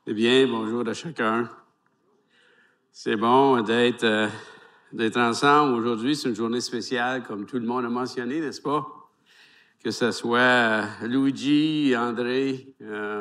Eh bien, bonjour à chacun. C'est bon d'être ensemble. Aujourd'hui, c'est une journée spéciale, comme tout le monde a mentionné, n'est-ce pas? Que ce soit Luigi, André,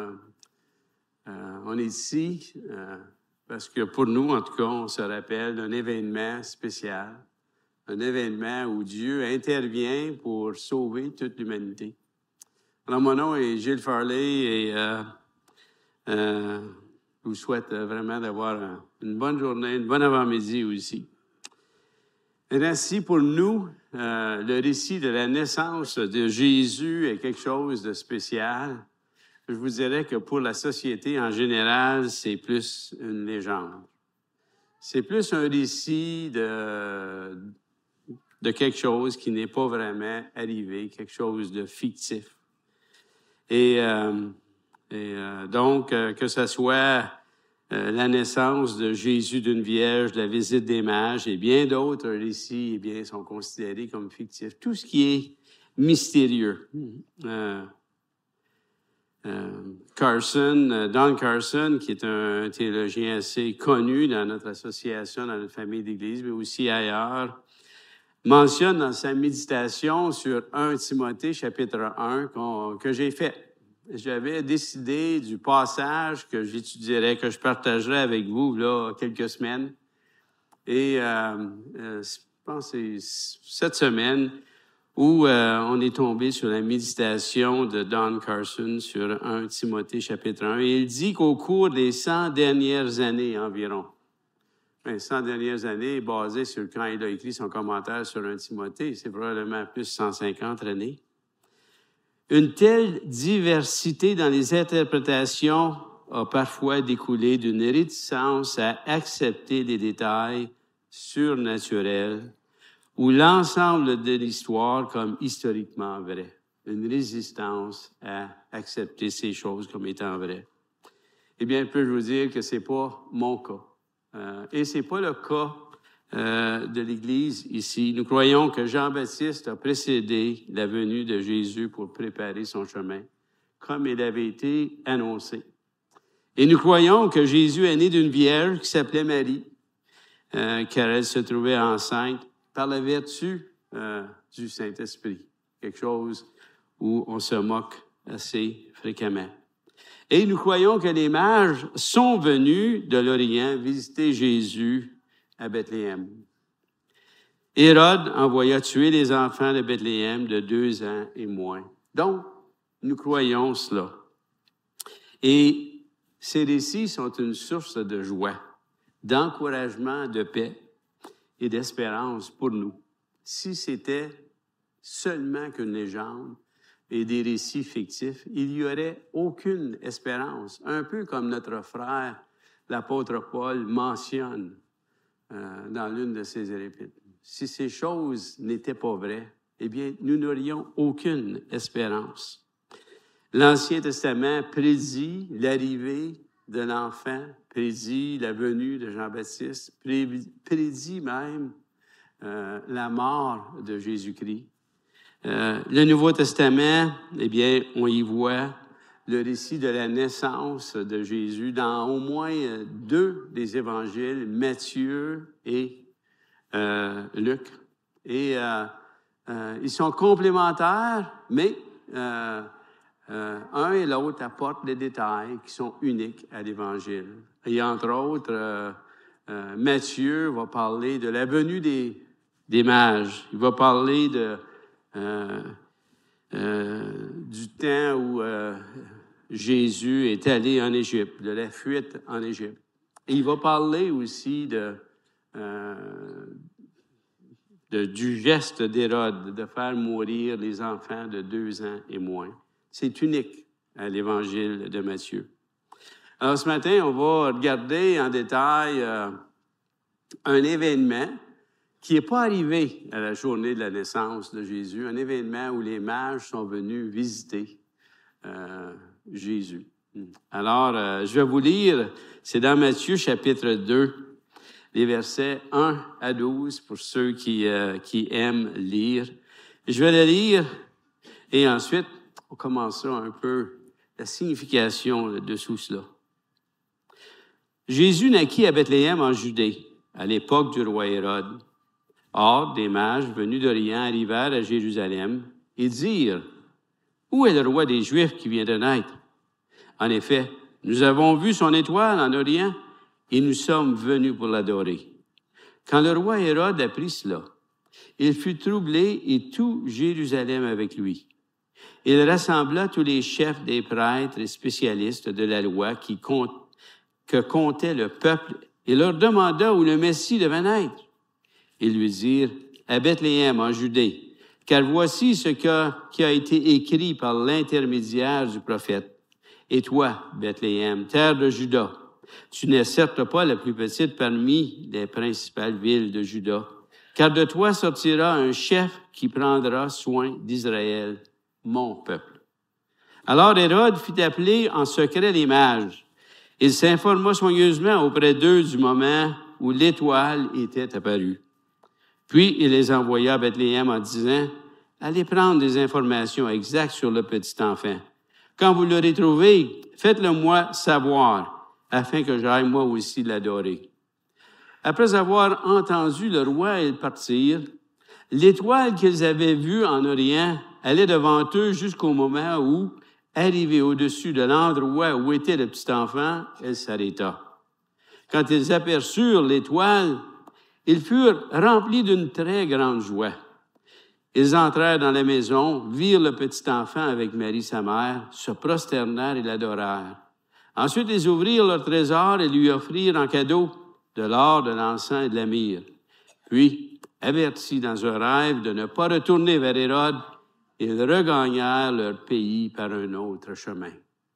on est ici parce que pour nous, en tout cas, on se rappelle d'un événement spécial, un événement où Dieu intervient pour sauver toute l'humanité. Alors, mon nom est Gilles Farley et je vous souhaite vraiment d'avoir une bonne journée, une bonne avant-midi aussi. Et ainsi, pour nous, le récit de la naissance de Jésus est quelque chose de spécial. Je vous dirais que pour la société en général, c'est plus une légende. C'est plus un récit de quelque chose qui n'est pas vraiment arrivé, quelque chose de fictif. Et donc, que ce soit la naissance de Jésus d'une Vierge, la visite des mages et bien d'autres récits, eh bien, sont considérés comme fictifs. Tout ce qui est mystérieux. Don Carson, qui est un théologien assez connu dans notre association, dans notre famille d'Église, mais aussi ailleurs, mentionne dans sa méditation sur 1 Timothée, chapitre 1, que j'ai fait. J'avais décidé du passage que j'étudierais, que je partagerais avec vous là quelques semaines. Et je pense que c'est cette semaine où on est tombé sur la méditation de Don Carson sur 1 Timothée chapitre 1. Et il dit qu'au cours des 100 dernières années environ, 100 dernières années, basé sur quand il a écrit son commentaire sur 1 Timothée, c'est probablement plus de 150 années. Une telle diversité dans les interprétations a parfois découlé d'une réticence à accepter les détails surnaturels ou l'ensemble de l'histoire comme historiquement vrai. Une résistance à accepter ces choses comme étant vraies. Eh bien, peux-je vous dire que c'est pas mon cas. Et c'est pas le cas de l'Église ici. Nous croyons que Jean-Baptiste a précédé la venue de Jésus pour préparer son chemin, comme il avait été annoncé. Et nous croyons que Jésus est né d'une vierge qui s'appelait Marie, car elle se trouvait enceinte par la vertu du Saint-Esprit, quelque chose où on se moque assez fréquemment. Et nous croyons que les mages sont venus de l'Orient visiter Jésus à Bethléem. Hérode envoya tuer les enfants de Bethléem de 2 ans et moins. Donc, nous croyons cela. Et ces récits sont une source de joie, d'encouragement, de paix et d'espérance pour nous. Si c'était seulement qu'une légende et des récits fictifs, il n'y aurait aucune espérance. Un peu comme notre frère, l'apôtre Paul, mentionne dans l'une de ses épîtres. Si ces choses n'étaient pas vraies, eh bien, nous n'aurions aucune espérance. L'Ancien Testament prédit l'arrivée de l'enfant, prédit la venue de Jean-Baptiste, prédit même la mort de Jésus-Christ. Le Nouveau Testament, eh bien, on y voit le récit de la naissance de Jésus dans au moins 2 des évangiles, Matthieu et Luc. Et ils sont complémentaires, mais un et l'autre apportent des détails qui sont uniques à l'Évangile. Et entre autres, Matthieu va parler de la venue des mages. Il va parler du temps où Jésus est allé en Égypte, de la fuite en Égypte. Et il va parler aussi du geste d'Hérode de faire mourir les enfants de 2 ans et moins. C'est unique à l'Évangile de Matthieu. Alors ce matin, on va regarder en détail un événement qui n'est pas arrivé à la journée de la naissance de Jésus, un événement où les mages sont venus visiter Jésus. Alors, je vais vous lire, c'est dans Matthieu chapitre 2, les versets 1 à 12, pour ceux qui aiment lire. Je vais les lire et ensuite, on commencera un peu la signification de tout cela. Jésus naquit à Bethléem en Judée, à l'époque du roi Hérode. Or, des mages venus d'Orient arrivèrent à Jérusalem et dirent, « Où est le roi des Juifs qui vient de naître? En effet, nous avons vu son étoile en Orient et nous sommes venus pour l'adorer. » Quand le roi Hérode apprit cela, il fut troublé et tout Jérusalem avec lui. Il rassembla tous les chefs des prêtres et spécialistes de la loi que comptait le peuple et leur demanda où le Messie devait naître. Ils lui dirent, « À Bethléem, en Judée, car voici ce qui a été écrit par l'intermédiaire du prophète. Et toi, Bethléem, terre de Juda, tu n'es certes pas la plus petite parmi les principales villes de Juda, car de toi sortira un chef qui prendra soin d'Israël, mon peuple. » Alors Hérode fit appeler en secret les mages. Il s'informa soigneusement auprès d'eux du moment où l'étoile était apparue. Puis il les envoya à Bethléem en disant, « Allez prendre des informations exactes sur le petit enfant. Quand vous l'aurez trouvé, faites-le-moi savoir, afin que j'aille moi aussi l'adorer. » Après avoir entendu le roi, ils partirent. L'étoile qu'ils avaient vue en Orient allait devant eux jusqu'au moment où, arrivée au-dessus de l'endroit où était le petit enfant, elle s'arrêta. Quand ils aperçurent l'étoile, ils furent remplis d'une très grande joie. Ils entrèrent dans la maison, virent le petit enfant avec Marie, sa mère, se prosternèrent et l'adorèrent. Ensuite, ils ouvrirent leur trésor et lui offrirent en cadeau de l'or, de l'encens et de la myrrhe. Puis, avertis dans un rêve de ne pas retourner vers Hérode, ils regagnèrent leur pays par un autre chemin.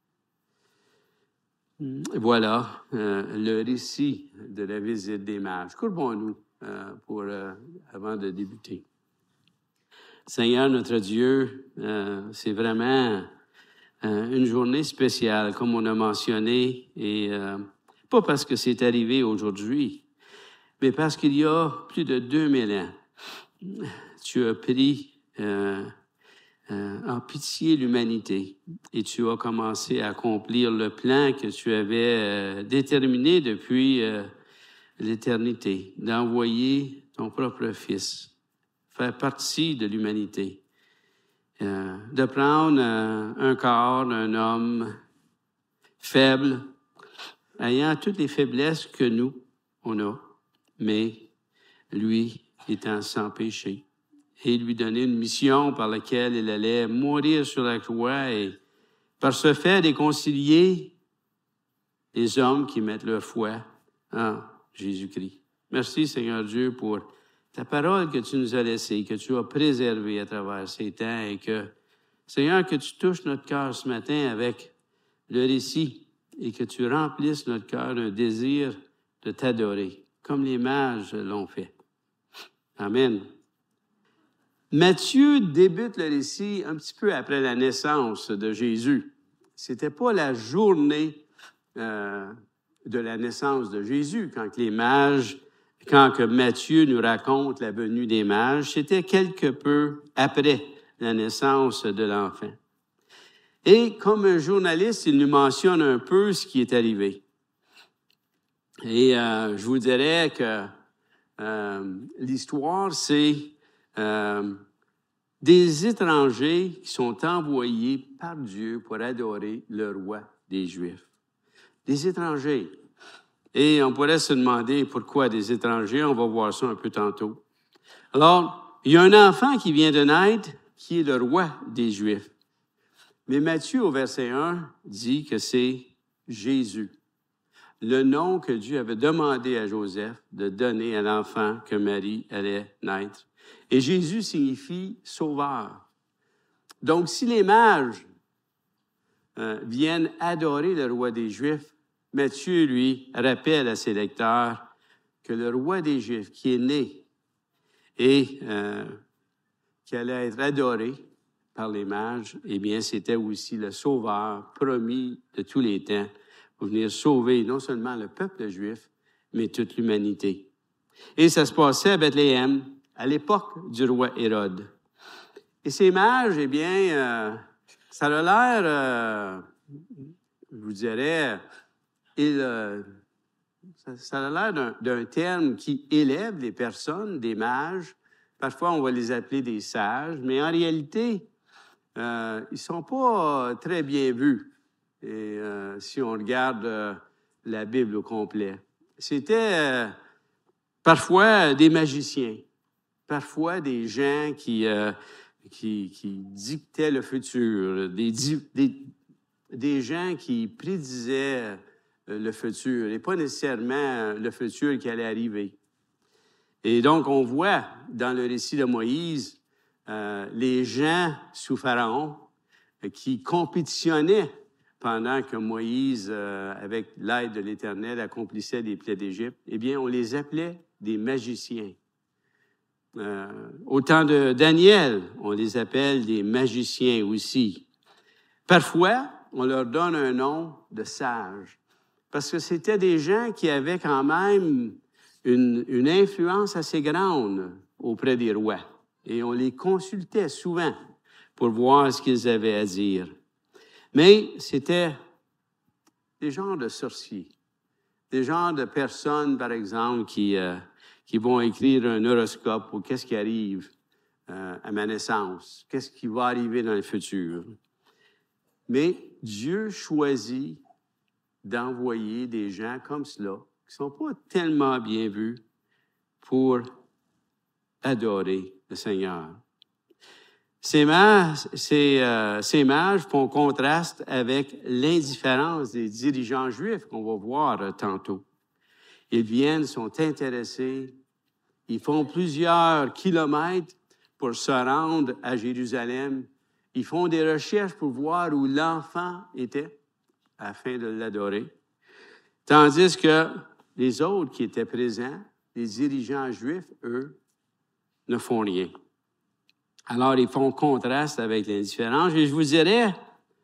Voilà le récit de la visite des mages. Courbons-nous avant de débuter. Seigneur, notre Dieu, c'est vraiment une journée spéciale, comme on a mentionné, et pas parce que c'est arrivé aujourd'hui, mais parce qu'il y a plus de 2000 ans, tu as pris en pitié l'humanité et tu as commencé à accomplir le plan que tu avais déterminé depuis l'éternité, d'envoyer ton propre Fils, faire partie de l'humanité, de prendre un corps d'un homme faible, ayant toutes les faiblesses que nous, on a, mais lui étant sans péché, et lui donner une mission par laquelle il allait mourir sur la croix et par ce fait réconcilier les hommes qui mettent leur foi en Jésus-Christ. Merci Seigneur Dieu pour ta parole que tu nous as laissée, que tu as préservée à travers ces temps et que, Seigneur, que tu touches notre cœur ce matin avec le récit et que tu remplisses notre cœur d'un désir de t'adorer, comme les mages l'ont fait. Amen. Matthieu débute le récit un petit peu après la naissance de Jésus. C'était pas la journée de la naissance de Jésus quand que Matthieu nous raconte la venue des mages, c'était quelque peu après la naissance de l'enfant. Et comme un journaliste, il nous mentionne un peu ce qui est arrivé. Et je vous dirais que l'histoire, c'est des étrangers qui sont envoyés par Dieu pour adorer le roi des Juifs. Des étrangers. Et on pourrait se demander pourquoi des étrangers. On va voir ça un peu tantôt. Alors, il y a un enfant qui vient de naître, qui est le roi des Juifs. Mais Matthieu, au verset 1, dit que c'est Jésus, le nom que Dieu avait demandé à Joseph de donner à l'enfant que Marie allait naître. Et Jésus signifie sauveur. Donc, si les mages viennent adorer le roi des Juifs, Matthieu, lui, rappelle à ses lecteurs que le roi des Juifs qui est né et qui allait être adoré par les mages, eh bien, c'était aussi le sauveur promis de tous les temps pour venir sauver non seulement le peuple juif, mais toute l'humanité. Et ça se passait à Bethléem, à l'époque du roi Hérode. Et ces mages, eh bien, ça a l'air, je vous dirais, ils Ça a l'air d'un terme qui élève les personnes, des mages. Parfois, on va les appeler des sages, mais en réalité, ils ne sont pas très bien vus. Et si on regarde la Bible au complet, c'était parfois des magiciens, parfois des gens qui dictaient le futur, des gens qui prédisaient le futur, et pas nécessairement le futur qui allait arriver. Et donc, on voit dans le récit de Moïse les gens sous Pharaon qui compétitionnaient pendant que Moïse, avec l'aide de l'Éternel, accomplissait des plaies d'Égypte. Eh bien, on les appelait des magiciens. Au temps de Daniel, on les appelle des magiciens aussi. Parfois, on leur donne un nom de sages, parce que c'était des gens qui avaient quand même une influence assez grande auprès des rois. Et on les consultait souvent pour voir ce qu'ils avaient à dire. Mais c'était des genres de sorciers, des genres de personnes, par exemple, qui vont écrire un horoscope pour qu'est-ce qui arrive à ma naissance, qu'est-ce qui va arriver dans le futur. Mais Dieu choisit d'envoyer des gens comme cela, qui ne sont pas tellement bien vus, pour adorer le Seigneur. Ces mages font contraste avec l'indifférence des dirigeants juifs qu'on va voir tantôt. Ils viennent, sont intéressés, ils font plusieurs kilomètres pour se rendre à Jérusalem. Ils font des recherches pour voir où l'enfant était afin de l'adorer. Tandis que les autres qui étaient présents, les dirigeants juifs, eux, ne font rien. Alors, ils font contraste avec l'indifférence. Et je vous dirais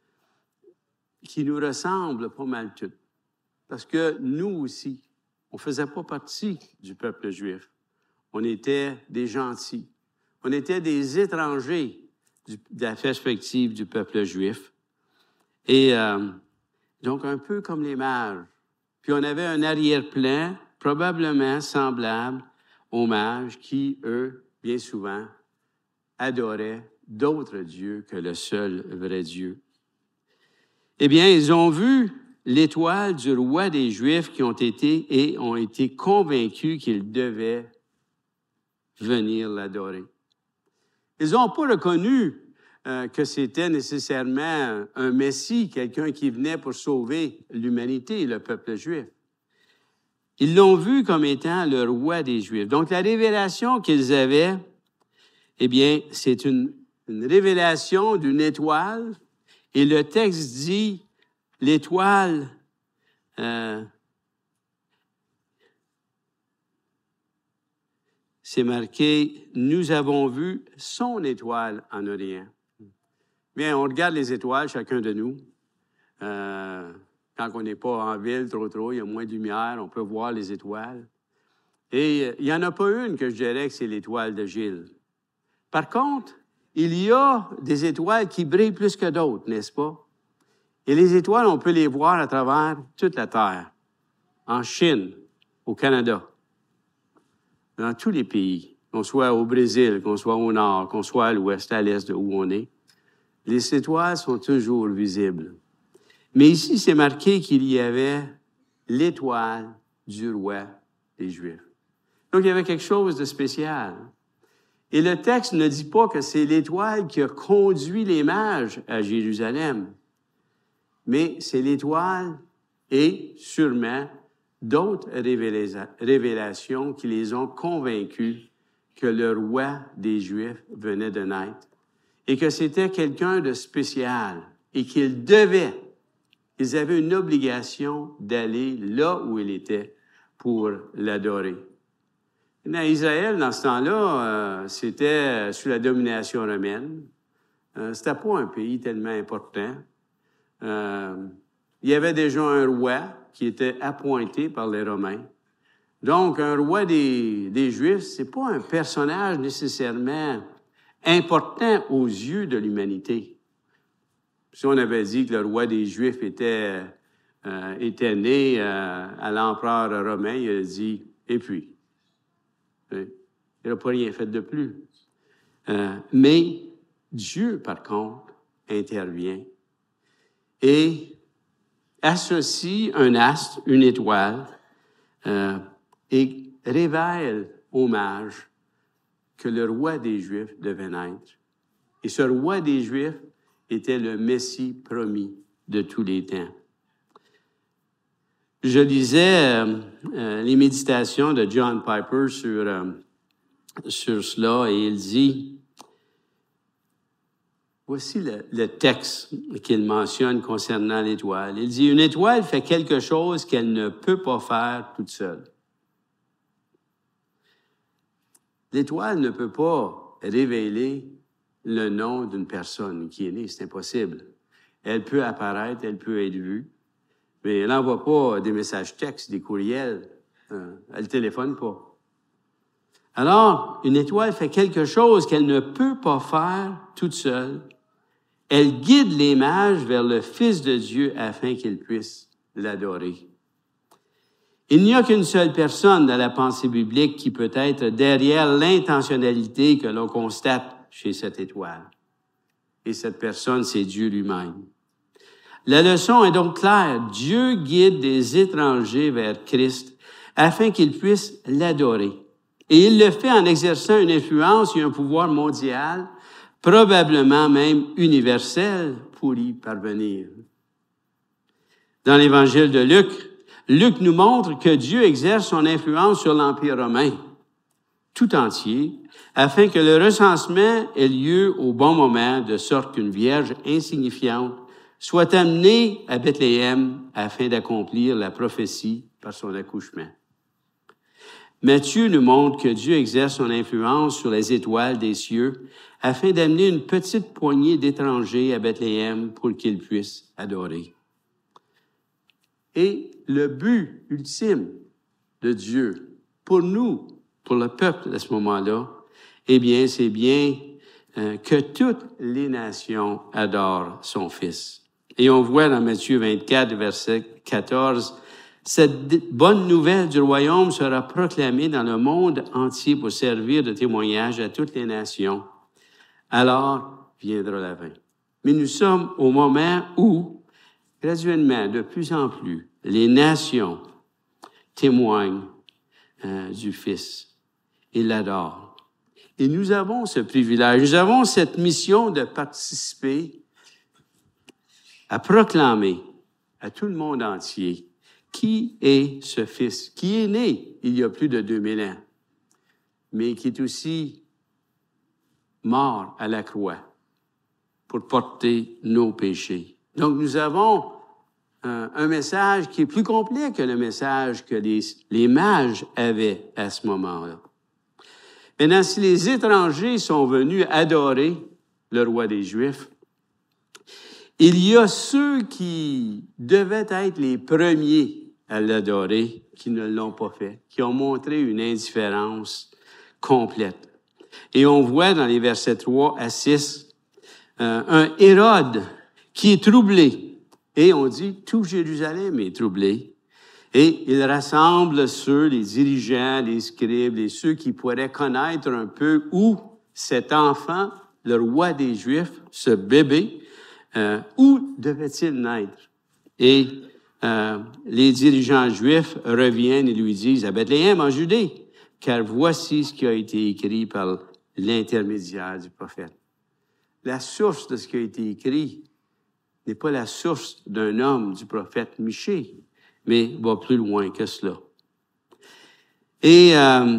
qu'ils nous ressemblent pas mal tous. Parce que nous aussi, on ne faisait pas partie du peuple juif. On était des gentils. On était des étrangers de la perspective du peuple juif. Et donc, un peu comme les mages. Puis on avait un arrière-plan probablement semblable aux mages qui, eux, bien souvent, adoraient d'autres dieux que le seul vrai Dieu. Eh bien, ils ont vu l'étoile du roi des Juifs qui ont été convaincus qu'ils devaient venir l'adorer. Ils n'ont pas reconnu que c'était nécessairement un Messie, quelqu'un qui venait pour sauver l'humanité, le peuple juif. Ils l'ont vu comme étant le roi des Juifs. Donc, la révélation qu'ils avaient, eh bien, c'est une révélation d'une étoile. Et le texte dit, l'étoile, c'est marqué, nous avons vu son étoile en Orient. Bien, on regarde les étoiles, chacun de nous. Quand on n'est pas en ville trop, il y a moins de lumière, on peut voir les étoiles. Et il n'y en a pas une que je dirais que c'est l'étoile de Gilles. Par contre, il y a des étoiles qui brillent plus que d'autres, n'est-ce pas? Et les étoiles, on peut les voir à travers toute la Terre. En Chine, au Canada, dans tous les pays, qu'on soit au Brésil, qu'on soit au nord, qu'on soit à l'ouest, à l'est de où on est. Les étoiles sont toujours visibles. Mais ici, c'est marqué qu'il y avait l'étoile du roi des Juifs. Donc, il y avait quelque chose de spécial. Et le texte ne dit pas que c'est l'étoile qui a conduit les mages à Jérusalem, mais c'est l'étoile et sûrement d'autres révélations qui les ont convaincus que le roi des Juifs venait de naître et que c'était quelqu'un de spécial et qu'ils avaient une obligation d'aller là où il était pour l'adorer. Dans Israël, dans ce temps-là, c'était sous la domination romaine. C'était pas un pays tellement important. Il y avait déjà un roi qui était appointé par les Romains. Donc, un roi des Juifs, c'est pas un personnage nécessairement important aux yeux de l'humanité. Si on avait dit que le roi des Juifs était était né à l'empereur romain, il a dit « et puis ». Il n'a pas rien fait de plus. Mais Dieu, par contre, intervient et associe un astre, une étoile, et révèle aux mages que le roi des Juifs devait naître. Et ce roi des Juifs était le Messie promis de tous les temps. Je lisais les méditations de John Piper sur cela et il dit, voici le texte qu'il mentionne concernant l'étoile. Il dit, une étoile fait quelque chose qu'elle ne peut pas faire toute seule. L'étoile ne peut pas révéler le nom d'une personne qui est née, c'est impossible. Elle peut apparaître, elle peut être vue, mais elle n'envoie pas des messages textes, des courriels, elle ne téléphone pas. Alors, une étoile fait quelque chose qu'elle ne peut pas faire toute seule. Elle guide les mages vers le Fils de Dieu afin qu'ils puissent l'adorer. Il n'y a qu'une seule personne dans la pensée biblique qui peut être derrière l'intentionnalité que l'on constate chez cette étoile. Et cette personne, c'est Dieu lui-même. La leçon est donc claire. Dieu guide des étrangers vers Christ afin qu'ils puissent l'adorer. Et il le fait en exerçant une influence et un pouvoir mondial, probablement même universel, pour y parvenir. Dans l'Évangile de Luc, Luc nous montre que Dieu exerce son influence sur l'Empire romain tout entier, afin que le recensement ait lieu au bon moment, de sorte qu'une vierge insignifiante soit amenée à Bethléem afin d'accomplir la prophétie par son accouchement. Matthieu nous montre que Dieu exerce son influence sur les étoiles des cieux afin d'amener une petite poignée d'étrangers à Bethléem pour qu'ils puissent adorer. Et le but ultime de Dieu pour nous, pour le peuple à ce moment-là, eh bien, c'est bien que toutes les nations adorent son Fils. Et on voit dans Matthieu 24, verset 14, « Cette bonne nouvelle du royaume sera proclamée dans le monde entier pour servir de témoignage à toutes les nations. Alors viendra la fin. » Mais nous sommes au moment où, graduellement, de plus en plus, les nations témoignent du Fils et l'adorent. Et nous avons ce privilège, nous avons cette mission de participer à proclamer à tout le monde entier qui est ce Fils, qui est né il y a plus de 2000 ans, mais qui est aussi mort à la croix pour porter nos péchés. Donc, nous avons un message qui est plus complet que le message que les mages avaient à ce moment-là. Maintenant, si les étrangers sont venus adorer le roi des Juifs, il y a ceux qui devaient être les premiers à l'adorer, qui ne l'ont pas fait, qui ont montré une indifférence complète. Et on voit dans les versets 3 à 6, un Hérode qui est troublé. Et on dit, tout Jérusalem est troublé. Et il rassemble ceux, les dirigeants, les scribes, et ceux qui pourraient connaître un peu où cet enfant, le roi des Juifs, ce bébé, où devait-il naître? Et les dirigeants juifs reviennent et lui disent, à Bethléem, en Judée, car voici ce qui a été écrit par l'intermédiaire du prophète. La source de ce qui a été écrit n'est pas la source d'un homme, du prophète Michée, mais va plus loin que cela. Et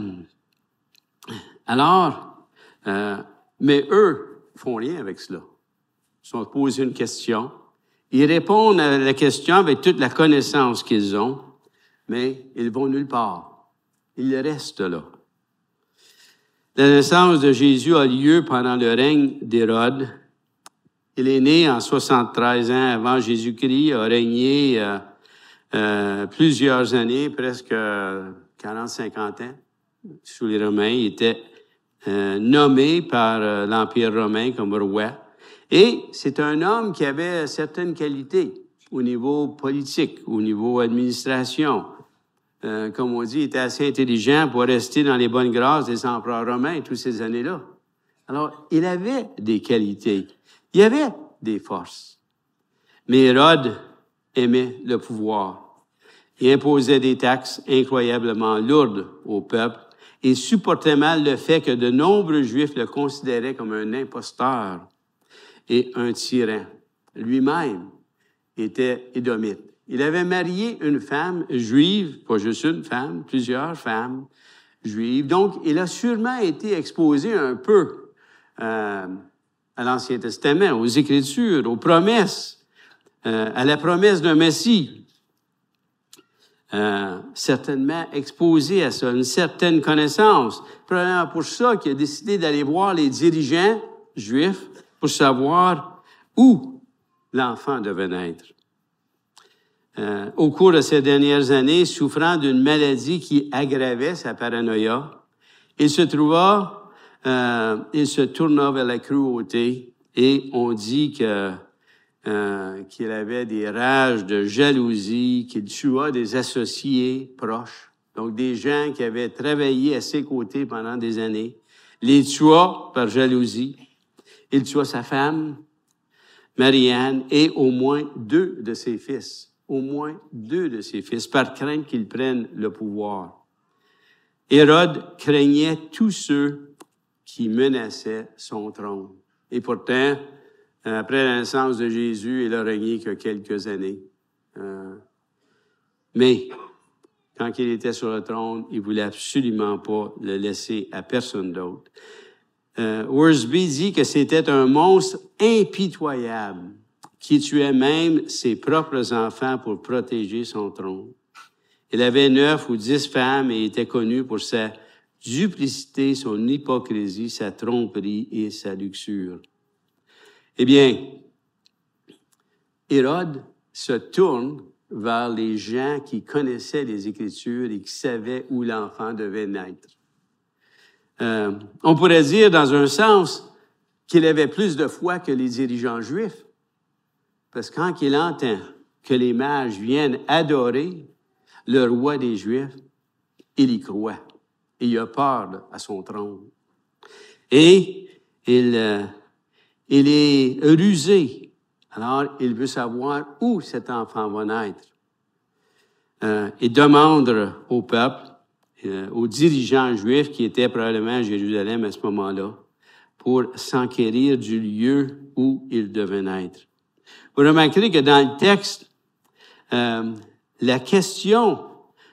mais eux font rien avec cela. Ils sont posés une question. Ils répondent à la question avec toute la connaissance qu'ils ont, mais ils vont nulle part. Ils restent là. La naissance de Jésus a lieu pendant le règne d'Hérode. Il est né en 73 ans avant Jésus-Christ, il a régné plusieurs années, presque 40-50 ans, sous les Romains. Il était nommé par l'Empire romain comme roi. Et c'est un homme qui avait certaines qualités. au niveau politique, au niveau administration. Comme on dit, il était assez intelligent pour rester dans les bonnes grâces des empereurs romains toutes ces années-là. Alors, il avait des qualités. Il avait des forces. Mais Hérode aimait le pouvoir. Il imposait des taxes incroyablement lourdes au peuple et supportait mal le fait que de nombreux Juifs le considéraient comme un imposteur et un tyran. Lui-même était édomite. Il avait marié une femme juive, pas juste une femme, plusieurs femmes juives. Donc, il a sûrement été exposé un peu à l'Ancien Testament, aux Écritures, aux promesses, à la promesse d'un Messie. Certainement exposé à ça, une certaine connaissance. Probablement pour ça qu'il a décidé d'aller voir les dirigeants juifs pour savoir où l'enfant devait naître. Au cours de ces dernières années, souffrant d'une maladie qui aggravait sa paranoïa, il se tourna vers la cruauté et on dit qu'il avait des rages de jalousie, qu'il tua des associés proches, donc des gens qui avaient travaillé à ses côtés pendant des années, les tua par jalousie. Il tua sa femme, Marie-Anne, et au moins 2 de ses fils. Au moins 2 de ses fils, par crainte qu'ils prennent le pouvoir. Hérode craignait tous ceux qui menaçaient son trône. Et pourtant, après la naissance de Jésus, il a régné que quelques années. Mais, quand il était sur le trône, il voulait absolument pas le laisser à personne d'autre. Worsby dit que c'était un monstre impitoyable qui tuait même ses propres enfants pour protéger son trône. Il avait 9 ou 10 femmes et était connu pour sa duplicité, son hypocrisie, sa tromperie et sa luxure. Eh bien, Hérode se tourne vers les gens qui connaissaient les Écritures et qui savaient où l'enfant devait naître. On pourrait dire, dans un sens, qu'il avait plus de foi que les dirigeants juifs. Parce que quand il entend que les mages viennent adorer le roi des Juifs, il y croit. Et il a peur à son trône. Et il est rusé. Alors, il veut savoir où cet enfant va naître. Il demande au peuple, aux dirigeants juifs qui étaient probablement à Jérusalem à ce moment-là, pour s'enquérir du lieu où il devait naître. Vous remarquerez que dans le texte, la question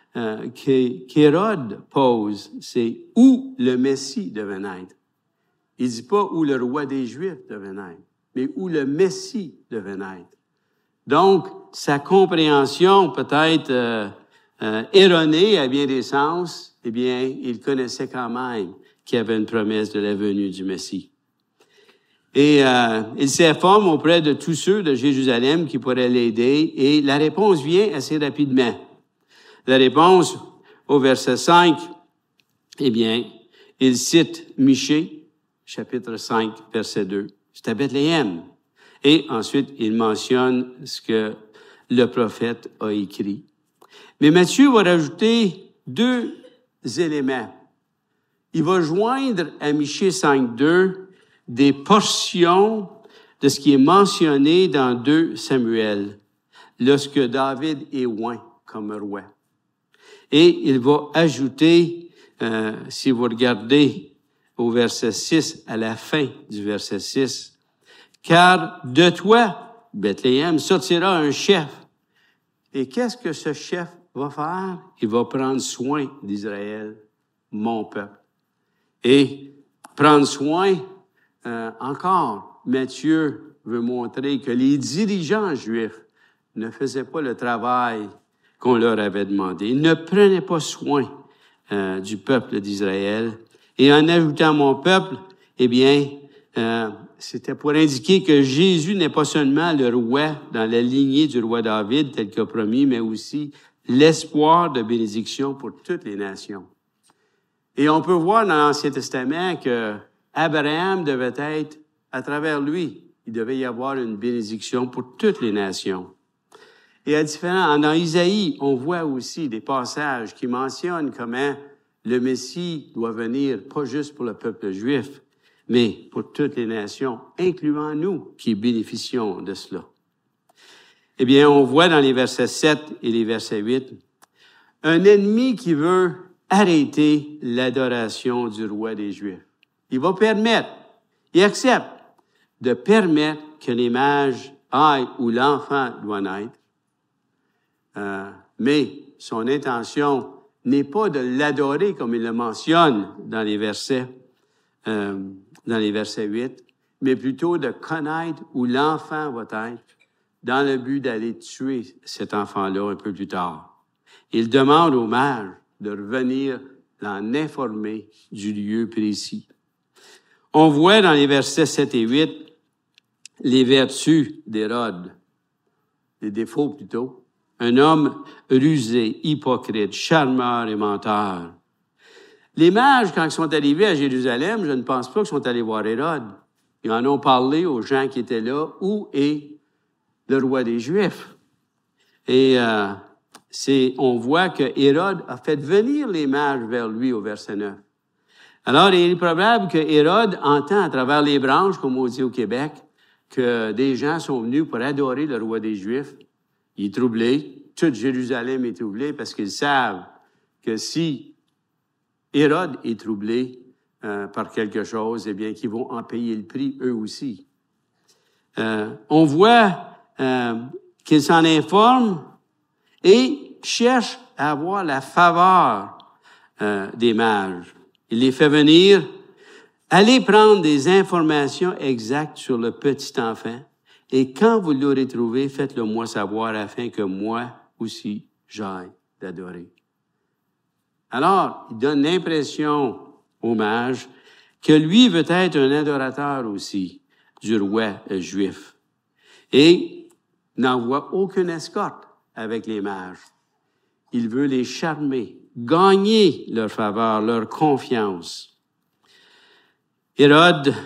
qu'Hérode pose, c'est où le Messie devait naître. Il ne dit pas où le roi des Juifs devait naître, mais où le Messie devait naître. Donc, sa compréhension peut-être erronée à bien des sens, eh bien, il connaissait quand même qu'il y avait une promesse de la venue du Messie. Et il s'informe auprès de tous ceux de Jérusalem qui pourraient l'aider, et la réponse vient assez rapidement. La réponse, au verset 5, eh bien, il cite Michée, chapitre 5, verset 2. C'est à Bethléem. Et ensuite, il mentionne ce que le prophète a écrit. Mais Matthieu va rajouter 2 éléments. Il va joindre à Michée 5, 2 des portions de ce qui est mentionné dans 2 Samuel, lorsque David est oint comme roi. Et il va ajouter, si vous regardez au verset 6, à la fin du verset 6, « Car de toi, Bethléem, sortira un chef. » Et qu'est-ce que ce chef va faire? Il va prendre soin d'Israël, mon peuple. Et prendre soin, encore, Matthieu veut montrer que les dirigeants juifs ne faisaient pas le travail qu'on leur avait demandé. Ils ne prenaient pas soin du peuple d'Israël. Et en ajoutant mon peuple, eh bien, c'était pour indiquer que Jésus n'est pas seulement le roi dans la lignée du roi David, tel que promis, mais aussi l'espoir de bénédiction pour toutes les nations. Et on peut voir dans l'Ancien Testament que Abraham devait être, à travers lui, il devait y avoir une bénédiction pour toutes les nations. Et dans Isaïe, on voit aussi des passages qui mentionnent comment le Messie doit venir, pas juste pour le peuple juif, mais pour toutes les nations, incluant nous qui bénéficions de cela. Eh bien, on voit dans les versets 7 et les versets 8, un ennemi qui veut arrêter l'adoration du roi des Juifs. Il va permettre, il accepte de permettre que les mages aillent où l'enfant doit naître, mais son intention n'est pas de l'adorer comme il le mentionne dans les versets 8, mais plutôt de connaître où l'enfant va être dans le but d'aller tuer cet enfant-là un peu plus tard. Il demande aux mages de revenir l'en informer du lieu précis. On voit dans les versets 7 et 8 les vertus d'Hérode, les défauts plutôt. Un homme rusé, hypocrite, charmeur et menteur. Les mages, quand ils sont arrivés à Jérusalem, je ne pense pas qu'ils sont allés voir Hérode. Ils en ont parlé aux gens qui étaient là. Où est le roi des Juifs? Et on voit que Hérode a fait venir les mages vers lui au verset 9. Alors, il est probable que Hérode entend à travers les branches, comme on dit au Québec, que des gens sont venus pour adorer le roi des Juifs. Il est troublé. Toute Jérusalem est troublée parce qu'ils savent que si Hérode est troublé par quelque chose, eh bien, qu'ils vont en payer le prix eux aussi. On voit qu'ils s'en informent et cherchent à avoir la faveur des mages. Il les fait venir. Allez prendre des informations exactes sur le petit enfant et quand vous l'aurez trouvé, faites-le moi savoir afin que moi aussi j'aille l'adorer. Alors, il donne l'impression aux mages que lui veut être un adorateur aussi du roi juif. Et n'envoie aucune escorte avec les mages. Il veut les charmer, gagner leur faveur, leur confiance. Hérode,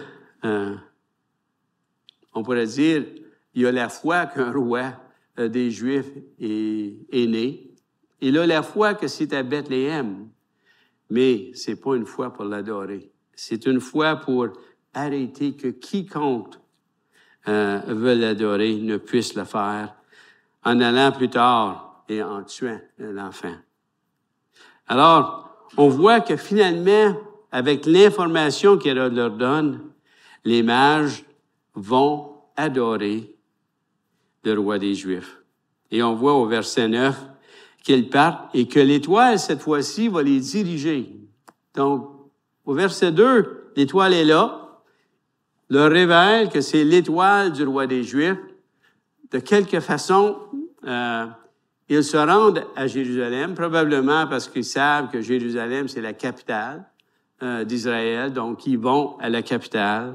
on pourrait dire, il a la foi qu'un roi des Juifs est né. Il a la foi que c'est à Bethléem, mais c'est pas une foi pour l'adorer. C'est une foi pour arrêter que quiconque veut l'adorer ne puisse le faire en allant plus tard et en tuant l'enfant. Alors, on voit que finalement, avec l'information qu'Hérode leur donne, les mages vont adorer le roi des Juifs. Et on voit au verset 9 qu'ils partent et que l'étoile, cette fois-ci, va les diriger. Donc, au verset 2, l'étoile est là, leur révèle que c'est l'étoile du roi des Juifs. De quelque façon, ils se rendent à Jérusalem, probablement parce qu'ils savent que Jérusalem, c'est la capitale d'Israël, donc ils vont à la capitale.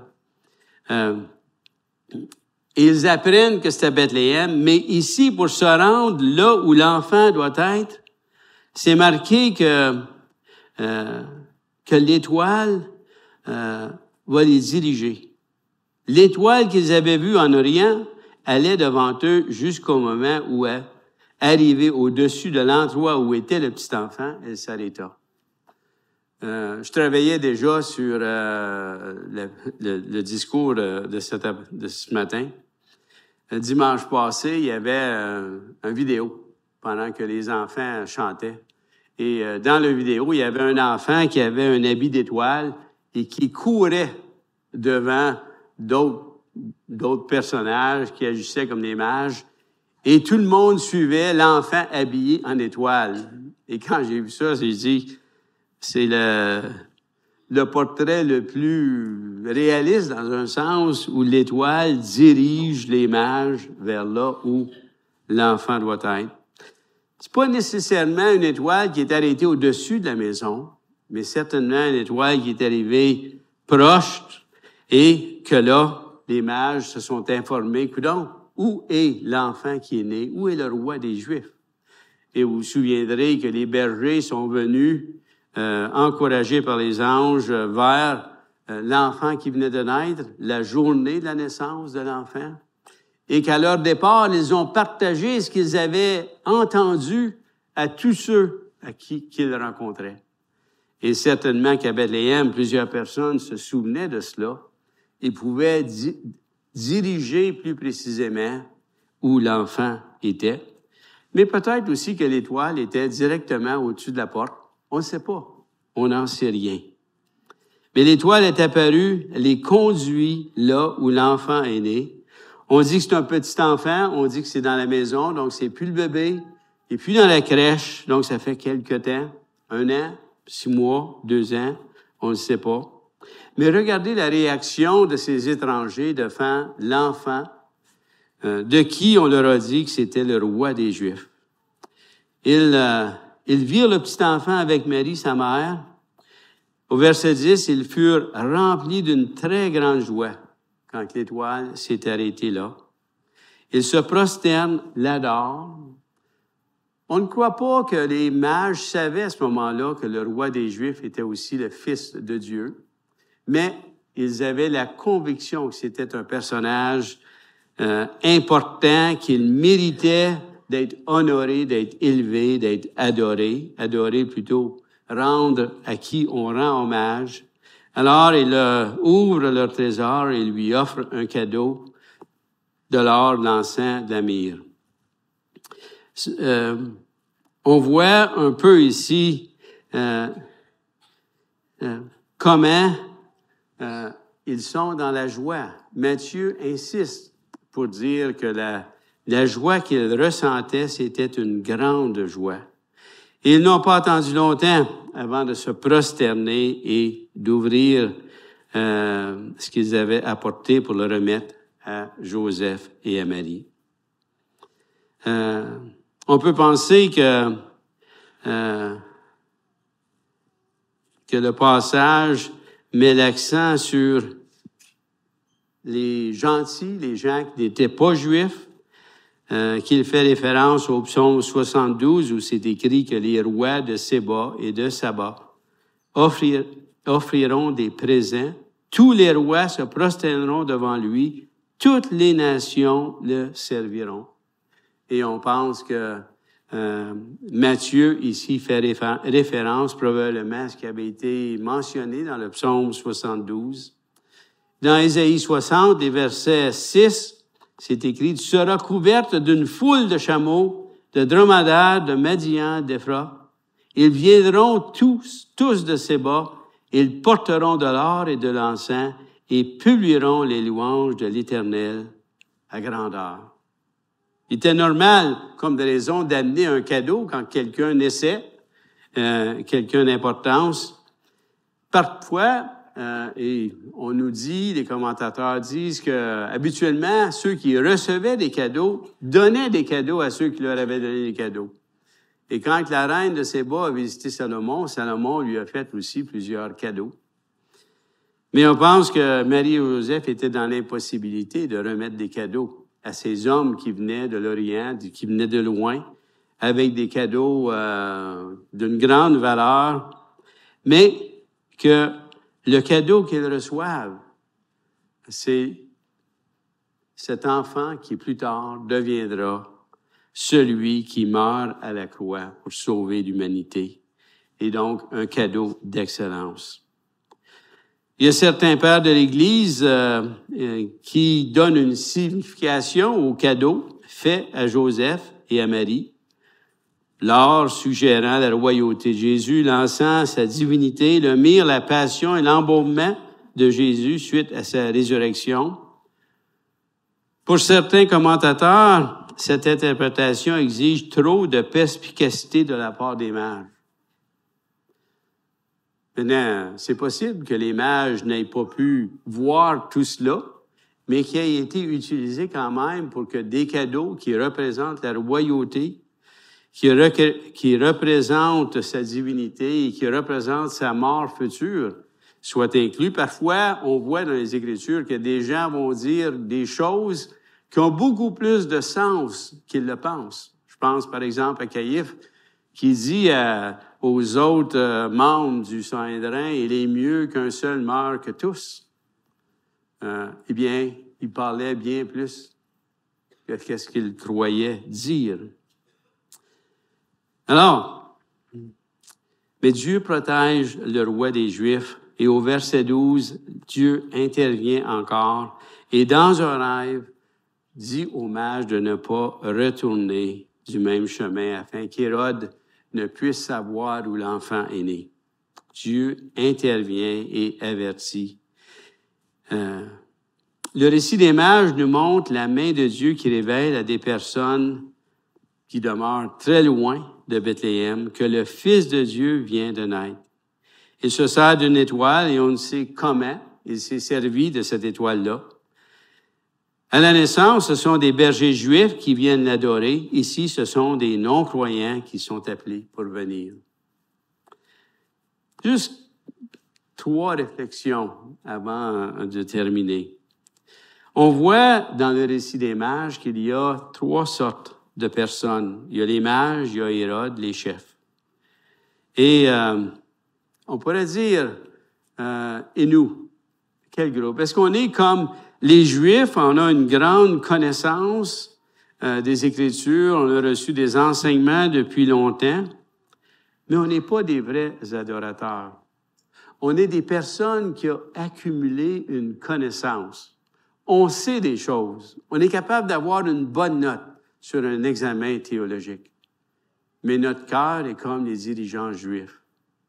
Ils apprennent que c'est à Bethléem, mais ici, pour se rendre là où l'enfant doit être, c'est marqué que l'étoile va les diriger. L'étoile qu'ils avaient vue en Orient allait devant eux jusqu'au moment où, arrivée au-dessus de l'endroit où était le petit enfant, elle s'arrêta. Je travaillais déjà sur le discours de ce matin. Le dimanche passé, il y avait une vidéo pendant que les enfants chantaient. Et dans la vidéo, il y avait un enfant qui avait un habit d'étoile et qui courait devant d'autres personnages qui agissaient comme des mages. Et tout le monde suivait l'enfant habillé en étoile. Et quand j'ai vu ça, j'ai dit, c'est le portrait le plus réaliste dans un sens où l'étoile dirige les mages vers là où l'enfant doit être. C'est pas nécessairement une étoile qui est arrêtée au-dessus de la maison, mais certainement une étoile qui est arrivée proche et que là, les mages se sont informés, coudonc, où est l'enfant qui est né? Où est le roi des Juifs? Et vous vous souviendrez que les bergers sont venus encouragés par les anges vers l'enfant qui venait de naître, la journée de la naissance de l'enfant. et qu'à leur départ, ils ont partagé ce qu'ils avaient entendu à tous ceux à qu'ils rencontraient. Et certainement qu'à Bethléem, plusieurs personnes se souvenaient de cela et pouvaient diriger plus précisément où l'enfant était. Mais peut-être aussi que l'étoile était directement au-dessus de la porte. On ne sait pas. On n'en sait rien. Mais l'étoile est apparue, les conduit là où l'enfant est né. On dit que c'est un petit enfant, on dit que c'est dans la maison, donc c'est plus le bébé, et puis dans la crèche, donc ça fait quelque temps, 1 an, 6 mois, 2 ans, on ne sait pas. Mais regardez la réaction de ces étrangers devant l'enfant, de qui on leur a dit que c'était le roi des Juifs. Ils virent le petit enfant avec Marie, sa mère. Au verset 10, ils furent remplis d'une très grande joie quand l'étoile s'est arrêtée là. Ils se prosternent, l'adorent. On ne croit pas que les mages savaient à ce moment-là que le roi des Juifs était aussi le Fils de Dieu, mais ils avaient la conviction que c'était un personnage important, qu'il méritait d'être honoré, d'être élevé, d'être adoré plutôt, rendre à qui on rend hommage. Alors, ils ouvrent leur trésor et lui offrent un cadeau, de l'or, de l'encens, de la myrrhe. On voit un peu ici comment ils sont dans la joie. Matthieu insiste pour dire que la joie qu'ils ressentaient, c'était une grande joie. Et ils n'ont pas attendu longtemps avant de se prosterner et d'ouvrir ce qu'ils avaient apporté pour le remettre à Joseph et à Marie. On peut penser que le passage met l'accent sur les gentils, les gens qui n'étaient pas juifs, qu'il fait référence au psaume 72 où c'est écrit que les rois de Séba et de Saba offriront des présents. Tous les rois se prosterneront devant lui. Toutes les nations le serviront. Et on pense que Matthieu, ici, fait référence probablement à ce qui avait été mentionné dans le psaume 72. Dans Ésaïe 60, les versets 6, c'est écrit « Tu seras couverte d'une foule de chameaux, de dromadaires, de Madian, d'Éphra. Ils viendront tous de Séba, ils porteront de l'or et de l'encens et publieront les louanges de l'Éternel à grandeur. » Il était normal, comme de raison, d'amener un cadeau quand quelqu'un naissait, quelqu'un d'importance. Parfois, et on nous dit, les commentateurs disent que habituellement, ceux qui recevaient des cadeaux donnaient des cadeaux à ceux qui leur avaient donné des cadeaux. Et quand la reine de Séba a visité Salomon, Salomon lui a fait aussi plusieurs cadeaux. Mais on pense que Marie et Joseph étaient dans l'impossibilité de remettre des cadeaux à ces hommes qui venaient de l'Orient, qui venaient de loin, avec des cadeaux d'une grande valeur, mais que le cadeau qu'ils reçoivent, c'est cet enfant qui plus tard deviendra celui qui meurt à la croix pour sauver l'humanité, et donc un cadeau d'excellence. Il y a certains pères de l'Église qui donnent une signification au cadeau fait à Joseph et à Marie. L'or suggérant la royauté de Jésus, l'encens, sa divinité, le myrrhe, la passion et l'embaumement de Jésus suite à sa résurrection. Pour certains commentateurs, cette interprétation exige trop de perspicacité de la part des mages. Maintenant, c'est possible que les mages n'aient pas pu voir tout cela, mais qui ait été utilisé quand même pour que des cadeaux qui représentent la royauté, qui représente sa divinité et qui représente sa mort future, soit inclus. Parfois, on voit dans les Écritures que des gens vont dire des choses qui ont beaucoup plus de sens qu'ils le pensent. Je pense, par exemple, à Caïphe, qui dit aux autres membres du Sanhédrin, « Il est mieux qu'un seul meure que tous. » Eh bien, il parlait bien plus qu'est-ce qu'il croyait dire. Alors, mais Dieu protège le roi des Juifs, et au verset 12, Dieu intervient encore, et dans un rêve, dit au mage de ne pas retourner du même chemin, afin qu'Hérode ne puisse savoir où l'enfant est né. Dieu intervient et avertit. Le récit des mages nous montre la main de Dieu qui révèle à des personnes qui demeurent très loin de Bethléem que le Fils de Dieu vient de naître. Il se sert d'une étoile et on ne sait comment il s'est servi de cette étoile-là. À la naissance, ce sont des bergers juifs qui viennent l'adorer. Ici, ce sont des non-croyants qui sont appelés pour venir. Juste 3 réflexions avant de terminer. On voit dans le récit des mages qu'il y a 3 sortes de personnes. Il y a les mages, il y a Hérode, les chefs. Et on pourrait dire, et nous, quel groupe? Est-ce qu'on est comme les Juifs, on a une grande connaissance des Écritures, on a reçu des enseignements depuis longtemps, mais on n'est pas des vrais adorateurs. On est des personnes qui ont accumulé une connaissance. On sait des choses. On est capable d'avoir une bonne note sur un examen théologique. Mais notre cœur est comme les dirigeants juifs.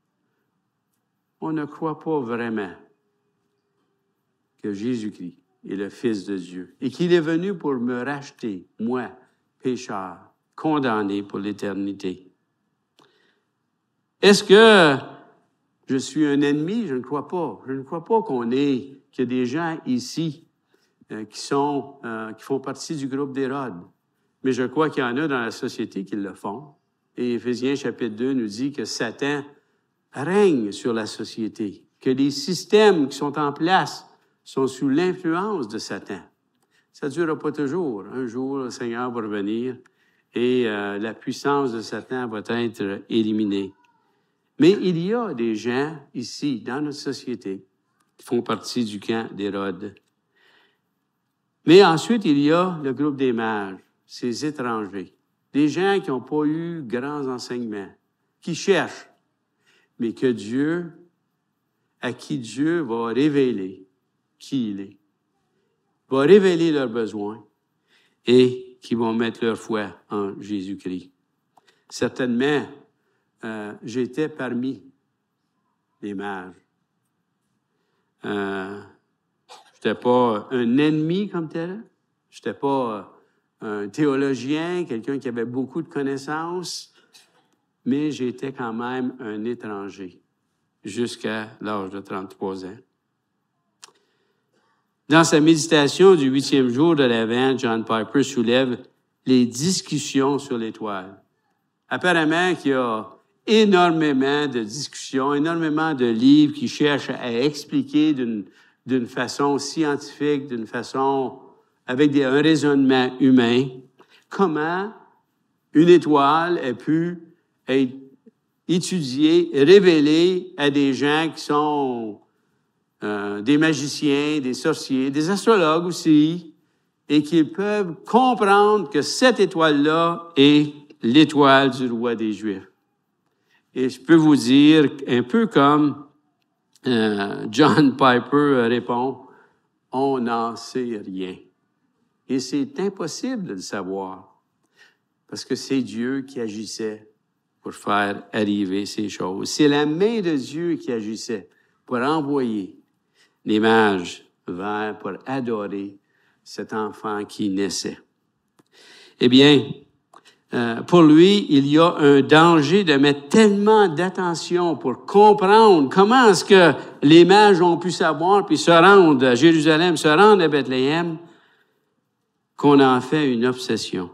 On ne croit pas vraiment que Jésus-Christ est le Fils de Dieu et qu'il est venu pour me racheter, moi, pécheur, condamné pour l'éternité. Est-ce que je suis un ennemi? Je ne crois pas. Je ne crois pas qu'il y a des gens ici qui font partie du groupe d'Hérode. Mais je crois qu'il y en a dans la société qui le font. Et Éphésiens chapitre 2 nous dit que Satan règne sur la société, que les systèmes qui sont en place sont sous l'influence de Satan. Ça ne durera pas toujours. Un jour, le Seigneur va revenir et la puissance de Satan va être éliminée. Mais il y a des gens ici, dans notre société, qui font partie du camp d'Hérode. Mais ensuite, il y a le groupe des mages, ces étrangers, des gens qui n'ont pas eu grands enseignements, qui cherchent, mais à qui Dieu va révéler qui il est, va révéler leurs besoins et qui vont mettre leur foi en Jésus-Christ. Certainement, j'étais parmi les mages. J'étais pas un ennemi comme tel. J'étais pas un théologien, quelqu'un qui avait beaucoup de connaissances, mais j'étais quand même un étranger jusqu'à l'âge de 33 ans. Dans sa méditation du 8e jour de l'Avent, John Piper soulève les discussions sur l'étoile. Apparemment qu'il y a énormément de discussions, énormément de livres qui cherchent à expliquer d'une façon scientifique, d'une façon avec un raisonnement humain, comment une étoile a pu être étudiée, révélée à des gens qui sont des magiciens, des sorciers, des astrologues aussi, et qui peuvent comprendre que cette étoile-là est l'étoile du roi des Juifs. Et je peux vous dire, un peu comme John Piper répond, on n'en sait rien. Et c'est impossible de le savoir, parce que c'est Dieu qui agissait pour faire arriver ces choses. C'est la main de Dieu qui agissait pour envoyer les mages pour adorer cet enfant qui naissait. Eh bien, pour lui, il y a un danger de mettre tellement d'attention pour comprendre comment est-ce que les mages ont pu savoir, puis se rendre à Jérusalem, se rendre à Bethléem, qu'on en fait une obsession.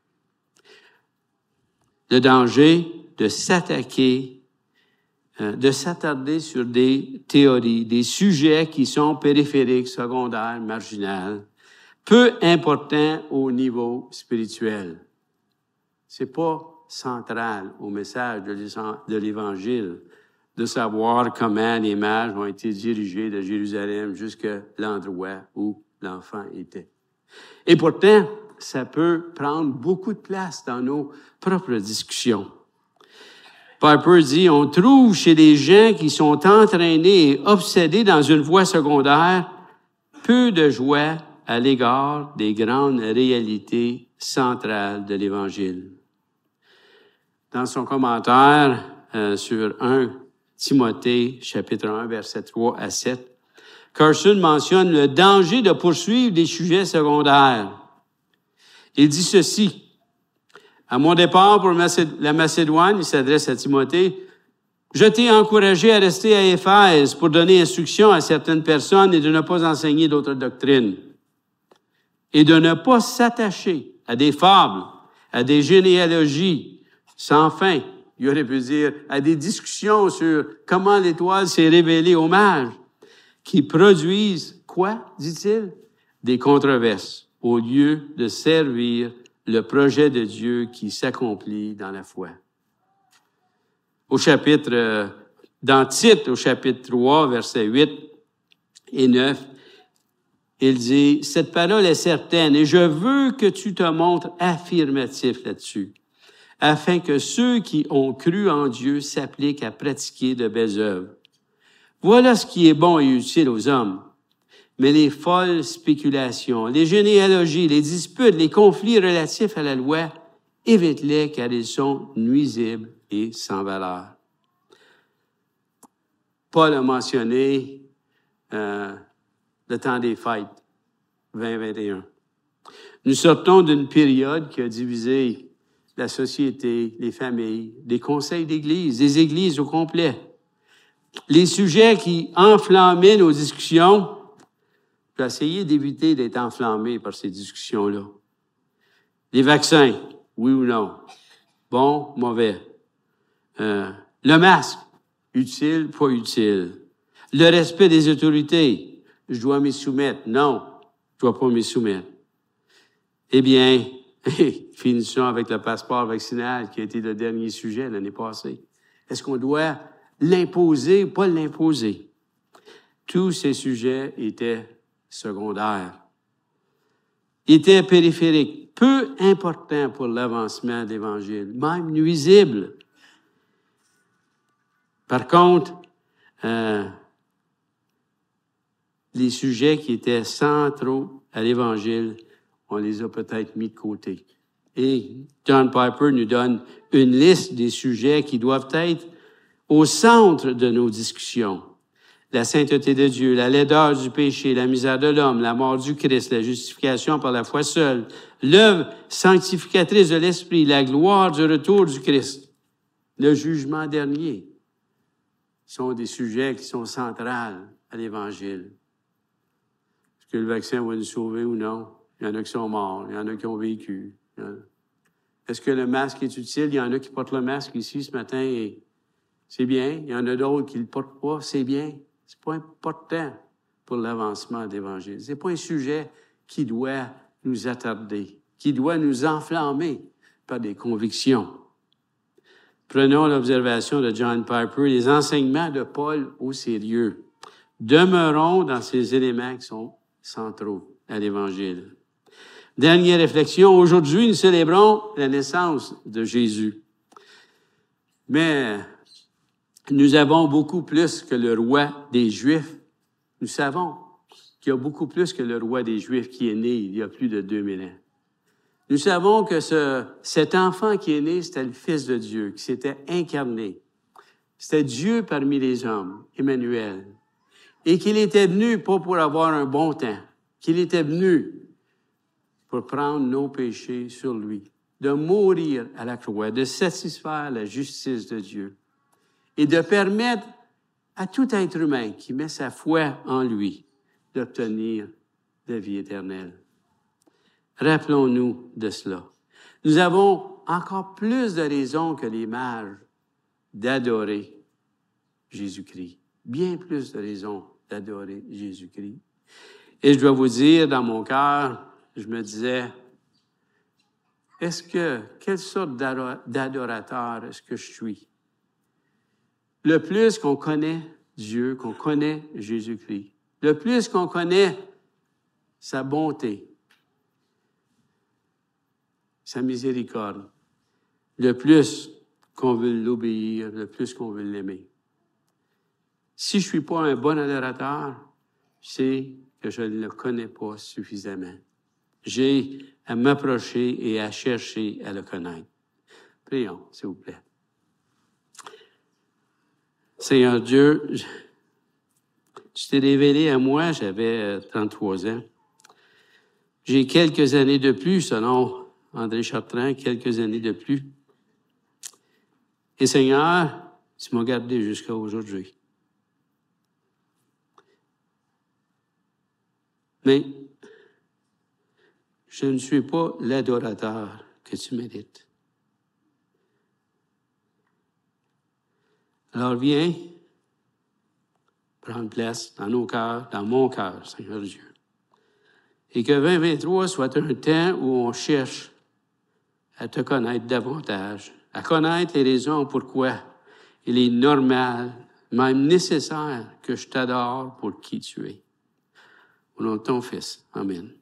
Le danger de s'attaquer, de s'attarder sur des théories, des sujets qui sont périphériques, secondaires, marginaux, peu importants au niveau spirituel. C'est pas central au message de l'Évangile de savoir comment les mages ont été dirigés de Jérusalem jusqu'à l'endroit où l'enfant était. Et pourtant, ça peut prendre beaucoup de place dans nos propres discussions. Piper dit, on trouve chez les gens qui sont entraînés et obsédés dans une voie secondaire peu de joie à l'égard des grandes réalités centrales de l'Évangile. Dans son commentaire sur 1 Timothée, chapitre 1, versets 3 à 7, Carson mentionne le danger de poursuivre des sujets secondaires. Il dit ceci. À mon départ pour la Macédoine, il s'adresse à Timothée, « Je t'ai encouragé à rester à Éphèse pour donner instruction à certaines personnes et de ne pas enseigner d'autres doctrines, et de ne pas s'attacher à des fables, à des généalogies sans fin. » Il aurait pu dire à des discussions sur comment l'étoile s'est révélée aux mages, qui produisent, quoi, dit-il? Des controverses, au lieu de servir le projet de Dieu qui s'accomplit dans la foi. Dans Tite, au chapitre 3, versets 8 et 9, il dit, « Cette parole est certaine et je veux que tu te montres affirmatif là-dessus, afin que ceux qui ont cru en Dieu s'appliquent à pratiquer de belles œuvres. Voilà ce qui est bon et utile aux hommes. Mais les folles spéculations, les généalogies, les disputes, les conflits relatifs à la loi, évite-les car ils sont nuisibles et sans valeur. » Paul a mentionné le temps des fêtes, 2021. Nous sortons d'une période qui a divisé la société, les familles, les conseils d'église, les églises au complet. Les sujets qui enflammaient nos discussions, j'ai essayé d'éviter d'être enflammé par ces discussions-là. Les vaccins, oui ou non? Bon, mauvais. Le masque, utile, pas utile. Le respect des autorités, je dois m'y soumettre. Non, je dois pas m'y soumettre. Eh bien, finissons avec le passeport vaccinal qui a été le dernier sujet l'année passée. Est-ce qu'on doit l'imposer ou pas l'imposer? Tous ces sujets étaient secondaires, étaient périphériques, peu importants pour l'avancement de l'Évangile, même nuisibles. Par contre, les sujets qui étaient centraux à l'Évangile, on les a peut-être mis de côté. Et John Piper nous donne une liste des sujets qui doivent être au centre de nos discussions. La sainteté de Dieu, la laideur du péché, la misère de l'homme, la mort du Christ, la justification par la foi seule, l'œuvre sanctificatrice de l'Esprit, la gloire du retour du Christ, le jugement dernier, sont des sujets qui sont centrales à l'Évangile. Est-ce que le vaccin va nous sauver ou non? Il y en a qui sont morts, il y en a qui ont vécu. Est-ce que le masque est utile? Il y en a qui portent le masque ici ce matin et c'est bien. Il y en a d'autres qui ne le portent pas, c'est bien. C'est pas important pour l'avancement de l'Évangile. C'est pas un sujet qui doit nous attarder, qui doit nous enflammer par des convictions. Prenons l'observation de John Piper, les enseignements de Paul au sérieux. Demeurons dans ces éléments qui sont centraux à l'Évangile. Dernière réflexion, aujourd'hui, nous célébrons la naissance de Jésus. Mais nous avons beaucoup plus que le roi des Juifs. Nous savons qu'il y a beaucoup plus que le roi des Juifs qui est né il y a plus de 2000 ans. Nous savons que cet enfant qui est né, c'était le Fils de Dieu, qui s'était incarné. C'était Dieu parmi les hommes, Emmanuel. Et qu'il était venu pas pour avoir un bon temps, qu'il était venu pour prendre nos péchés sur lui, de mourir à la croix, de satisfaire la justice de Dieu et de permettre à tout être humain qui met sa foi en lui d'obtenir la vie éternelle. Rappelons-nous de cela. Nous avons encore plus de raisons que les mages d'adorer Jésus-Christ. Bien plus de raisons d'adorer Jésus-Christ. Et je dois vous dire, dans mon cœur, je me disais, quelle sorte d'adorateur est-ce que je suis? Le plus qu'on connaît Dieu, qu'on connaît Jésus-Christ, le plus qu'on connaît sa bonté, sa miséricorde, le plus qu'on veut l'obéir, le plus qu'on veut l'aimer. Si je ne suis pas un bon adorateur, c'est que je ne le connais pas suffisamment. J'ai à m'approcher et à chercher à le connaître. Prions, s'il vous plaît. Seigneur Dieu, tu t'es révélé à moi, j'avais 33 ans. J'ai quelques années de plus, selon André Chartrand, quelques années de plus. Et Seigneur, tu m'as gardé jusqu'à aujourd'hui. Mais je ne suis pas l'adorateur que tu mérites. Alors viens prendre place dans nos cœurs, dans mon cœur, Seigneur Dieu. Et que 2023 soit un temps où on cherche à te connaître davantage, à connaître les raisons pourquoi il est normal, même nécessaire, que je t'adore pour qui tu es. Au nom de ton Fils. Amen.